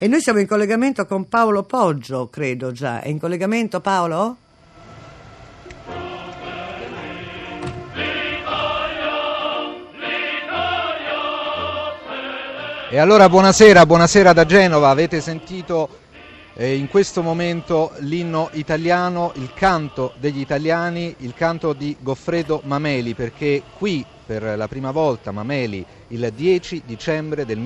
E noi siamo in collegamento con Paolo Poggio, credo già. È in collegamento Paolo? E allora buonasera da Genova. Avete sentito in questo momento l'inno italiano, il canto degli italiani, il canto di Goffredo Mameli, perché qui per la prima volta Mameli il 10 dicembre del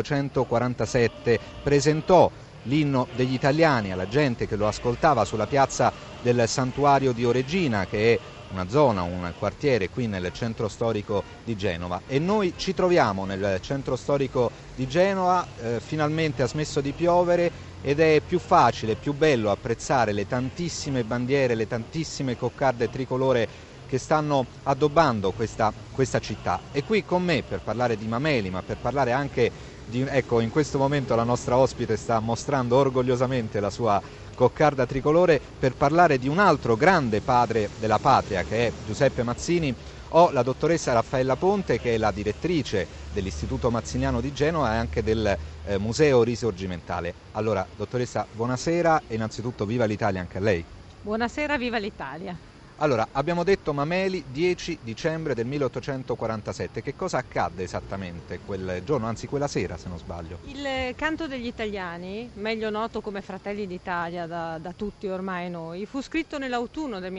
1847 presentò l'inno degli italiani alla gente che lo ascoltava sulla piazza del Santuario di Oregina, che è una zona, un quartiere qui nel centro storico di Genova, e noi ci troviamo nel centro storico di Genova. Finalmente ha smesso di piovere ed è più facile, più bello apprezzare le tantissime bandiere, le tantissime coccarde tricolore che stanno addobbando questa città. E qui con me per parlare di Mameli, ma per parlare anche ecco, in questo momento la nostra ospite sta mostrando orgogliosamente la sua coccarda tricolore, per parlare di un altro grande padre della patria che è Giuseppe Mazzini. Ho la dottoressa Raffaella Ponte, che è la direttrice dell'Istituto Mazziniano di Genova e anche del Museo Risorgimentale. Allora, dottoressa, buonasera e innanzitutto viva l'Italia anche a lei. Buonasera, viva l'Italia. Allora, abbiamo detto Mameli, 10 dicembre del 1847. Che cosa accadde esattamente quel giorno, anzi quella sera se non sbaglio? Il canto degli italiani, meglio noto come Fratelli d'Italia da tutti ormai noi, fu scritto nell'autunno del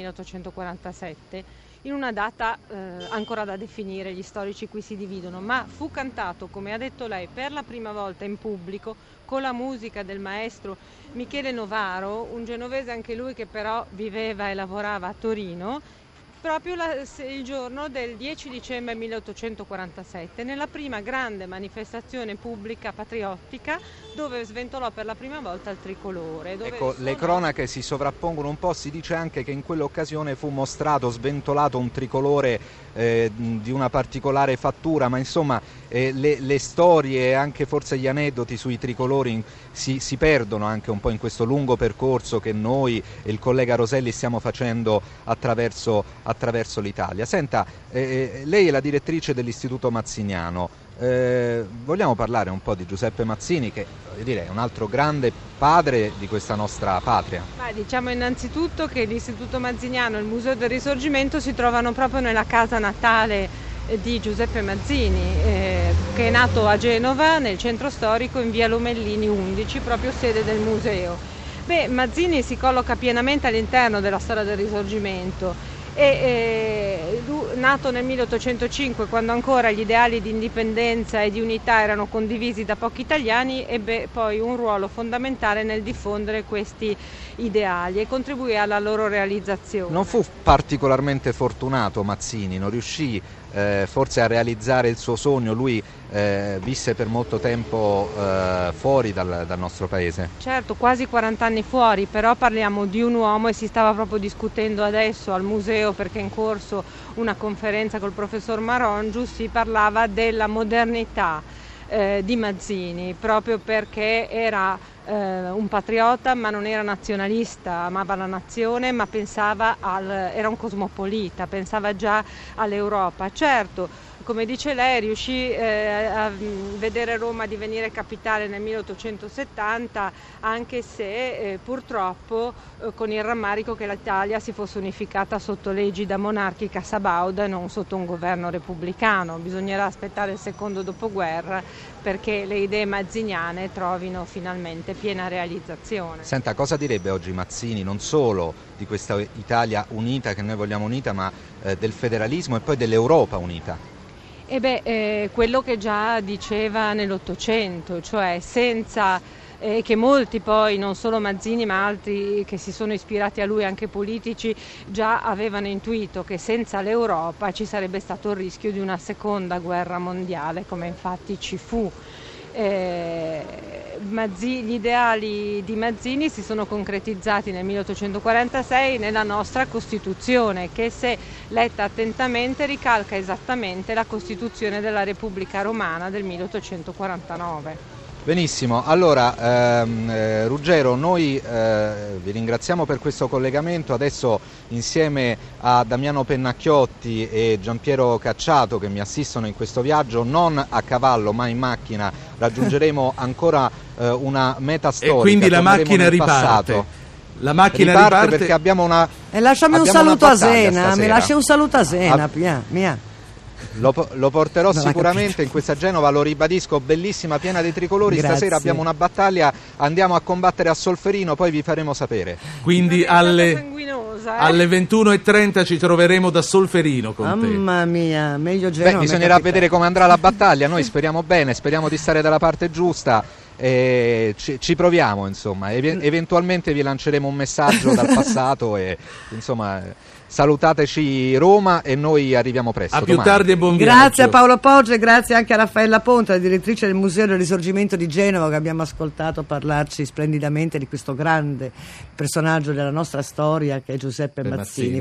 1847 in una data ancora da definire, gli storici qui si dividono, ma fu cantato, come ha detto lei, per la prima volta in pubblico con la musica del maestro Michele Novaro, un genovese anche lui che però viveva e lavorava a Torino, proprio il giorno del 10 dicembre 1847, nella prima grande manifestazione pubblica patriottica dove sventolò per la prima volta il tricolore. Ecco, le cronache si sovrappongono un po', si dice anche che in quell'occasione fu mostrato, sventolato un tricolore di una particolare fattura, ma insomma le storie e anche forse gli aneddoti sui tricolori si perdono anche un po' in questo lungo percorso che noi e il collega Roselli stiamo facendo attraverso l'Italia. Senta, lei è la direttrice dell'Istituto Mazziniano. Vogliamo parlare un po' di Giuseppe Mazzini, che direi è un altro grande padre di questa nostra patria? Diciamo innanzitutto che l'Istituto Mazziniano e il Museo del Risorgimento si trovano proprio nella casa natale di Giuseppe Mazzini, che è nato a Genova, nel centro storico, in via Lomellini 11, proprio sede del museo. Mazzini si colloca pienamente all'interno della storia del Risorgimento. Nato nel 1805, quando ancora gli ideali di indipendenza e di unità erano condivisi da pochi italiani, ebbe poi un ruolo fondamentale nel diffondere questi ideali e contribuì alla loro realizzazione. Non fu particolarmente fortunato Mazzini, non riuscì forse a realizzare il suo sogno. Lui visse per molto tempo fuori dal nostro paese. Certo, quasi 40 anni fuori, però parliamo di un uomo, e si stava proprio discutendo adesso al museo, perché è in corso una conferenza col professor Marongiu, si parlava della modernità di Mazzini, proprio perché era un patriota, ma non era nazionalista, amava la nazione, ma era un cosmopolita, pensava già all'Europa. Certo, come dice lei, riuscì a vedere Roma divenire capitale nel 1870, anche se purtroppo con il rammarico che l'Italia si fosse unificata sotto l'egida monarchica sabauda e non sotto un governo repubblicano. Bisognerà aspettare il secondo dopoguerra perché le idee mazziniane trovino finalmente piena realizzazione. Senta, cosa direbbe oggi Mazzini, non solo di questa Italia unita che noi vogliamo unita, ma del federalismo e poi dell'Europa unita? Quello che già diceva nell'Ottocento, cioè senza che molti poi, non solo Mazzini ma altri che si sono ispirati a lui, anche politici, già avevano intuito che senza l'Europa ci sarebbe stato il rischio di una seconda guerra mondiale, come infatti ci fu. Gli ideali di Mazzini si sono concretizzati nel 1846 nella nostra Costituzione, che se letta attentamente ricalca esattamente la Costituzione della Repubblica Romana del 1849. Benissimo, allora Ruggero, noi vi ringraziamo per questo collegamento. Adesso insieme a Damiano Pennacchiotti e Giampiero Cacciato, che mi assistono in questo viaggio, non a cavallo ma in macchina, raggiungeremo ancora una meta storica. E quindi la macchina riparte. La macchina riparte perché abbiamo una... E lasciami un saluto a Sena, stasera. mi lasci un saluto a Sena, mia. Lo porterò Non sicuramente in questa Genova, lo ribadisco, bellissima, piena di tricolori. Grazie. Stasera abbiamo una battaglia, andiamo a combattere a Solferino, poi vi faremo sapere. Quindi alle 21:30 ci troveremo da Solferino con te. Mamma mia, meglio Genova. Bisognerà vedere come andrà la battaglia. Noi speriamo bene, speriamo di stare dalla parte giusta. Ci proviamo, insomma. Eventualmente vi lanceremo un messaggio dal passato e insomma salutateci Roma e noi arriviamo presto. A più tardi e buon viaggio. Grazie a Paolo Poggio e grazie anche a Raffaella Ponte, la direttrice del Museo del Risorgimento di Genova, che abbiamo ascoltato parlarci splendidamente di questo grande personaggio della nostra storia che è Giuseppe Mazzini.